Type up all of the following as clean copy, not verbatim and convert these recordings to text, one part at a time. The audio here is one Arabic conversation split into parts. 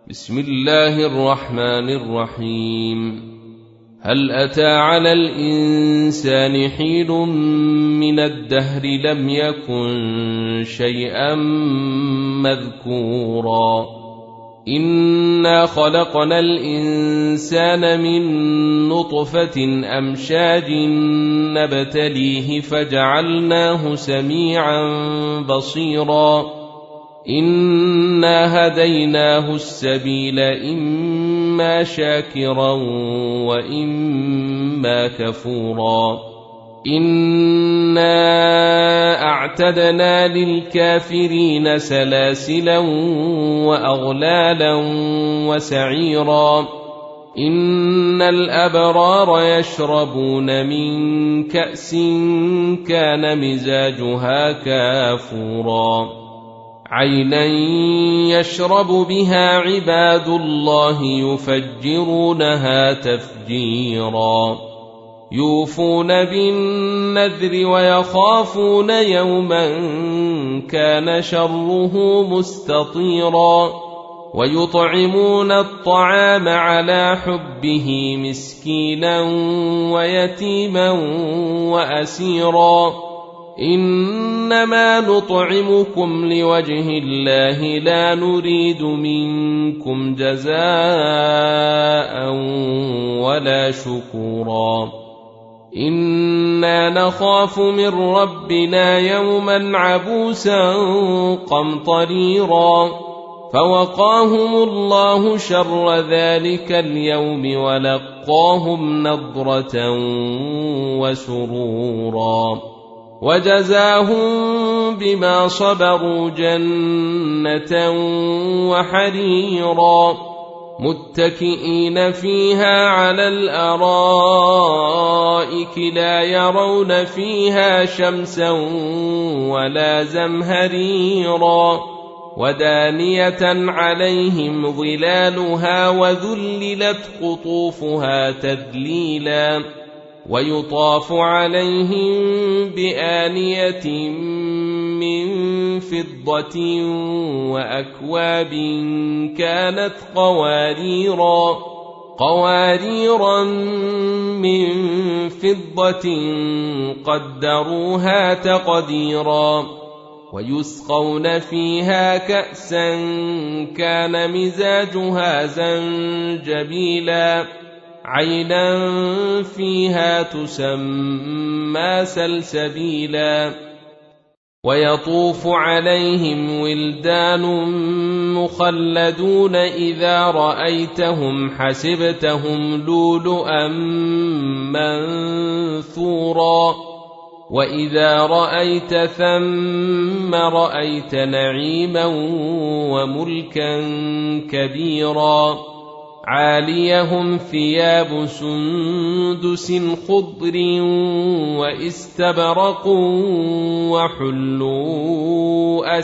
بسم الله الرحمن الرحيم. هل أتى على الإنسان حين من الدهر لم يكن شيئا مذكورا إنا خلقنا الإنسان من نطفة أمشاج نبتليه فجعلناه سميعا بصيرا إنا هديناه السبيل إما شاكرا وإما كفورا إنا أعتدنا للكافرين سلاسلا وأغلالا وسعيرا إن الأبرار يشربون من كأس كان مزاجها كافورا عينا يشرب بها عباد الله يفجرونها تفجيرا يوفون بالنذر ويخافون يوما كان شره مستطيرا ويطعمون الطعام على حبه مسكينا ويتيما وأسيرا إنما نطعمكم لوجه الله لا نريد منكم جزاء ولا شكورا إنا نخاف من ربنا يوما عبوسا قمطريرا فوقاهم الله شر ذلك اليوم ولقاهم نضرة وسرورا وجزاهم بما صبروا جنة وحريرا متكئين فيها على الأرائك لا يرون فيها شمسا ولا زمهريرا ودانية عليهم ظلالها وذللت قطوفها تذليلا ويطاف عليهم بآنية من فضة وأكواب كانت قواريرا من فضة قدروها تقديرا ويسقون فيها كأسا كان مزاجها زنجبيلا عينا فيها تسمى سلسبيلا ويطوف عليهم ولدان مخلدون إذا رأيتهم حسبتهم لؤلؤا منثورا وإذا رأيت ثم رأيت نعيما وملكا كبيرا عاليهم ثياب سندس خضر واستبرق وحلوا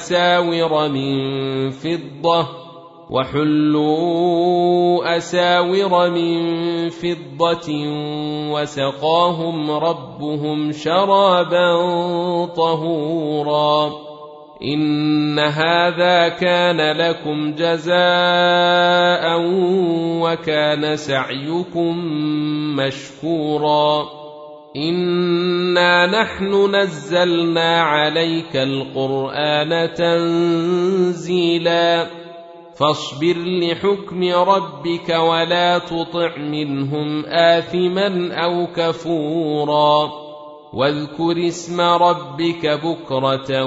أساور من فضة وسقاهم ربهم شرابا طهورا إن هذا كان لكم جزاء وكان سعيكم مشكورا إنا نحن نزلنا عليك القرآن تنزيلا فاصبر لحكم ربك ولا تطع منهم آثما أو كفورا واذكر اسم ربك بكرة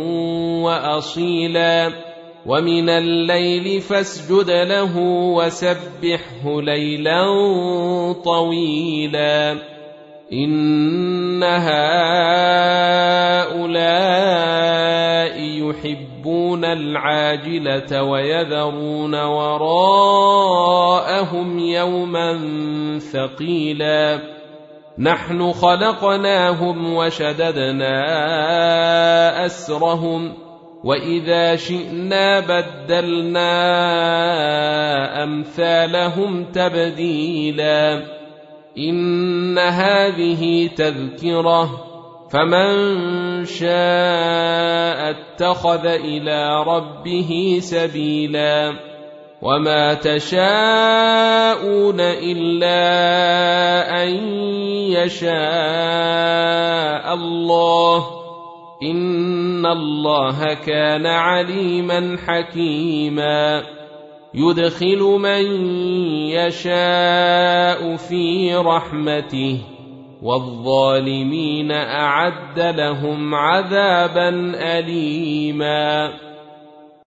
وأصيلا ومن الليل فاسجد له وسبحه ليلا طويلا إن هؤلاء يحبون العاجلة ويذرون وراءهم يوما ثقيلا نحن خلقناهم وشددنا أسرهم وإذا شئنا بدلنا أمثالهم تبديلا إن هذه تذكرة فمن شاء اتخذ إلى ربه سبيلا وما تشاءون إلا أن يشاء الله إن الله كان عليما حكيما يدخل من يشاء في رحمته والظالمين أعد لهم عذابا أليما